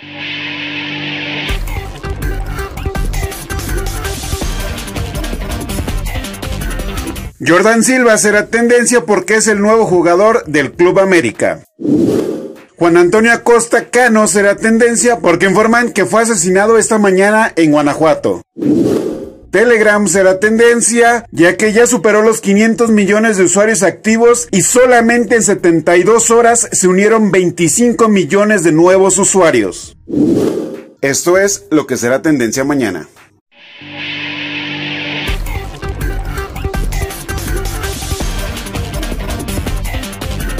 Jordan Silva será tendencia porque es el nuevo jugador del Club América. Juan Antonio Acosta Cano será tendencia porque informan que fue asesinado esta mañana en Guanajuato. Telegram será tendencia ya que ya superó los 500 millones de usuarios activos y solamente en 72 horas se unieron 25 millones de nuevos usuarios. Esto es lo que será tendencia mañana.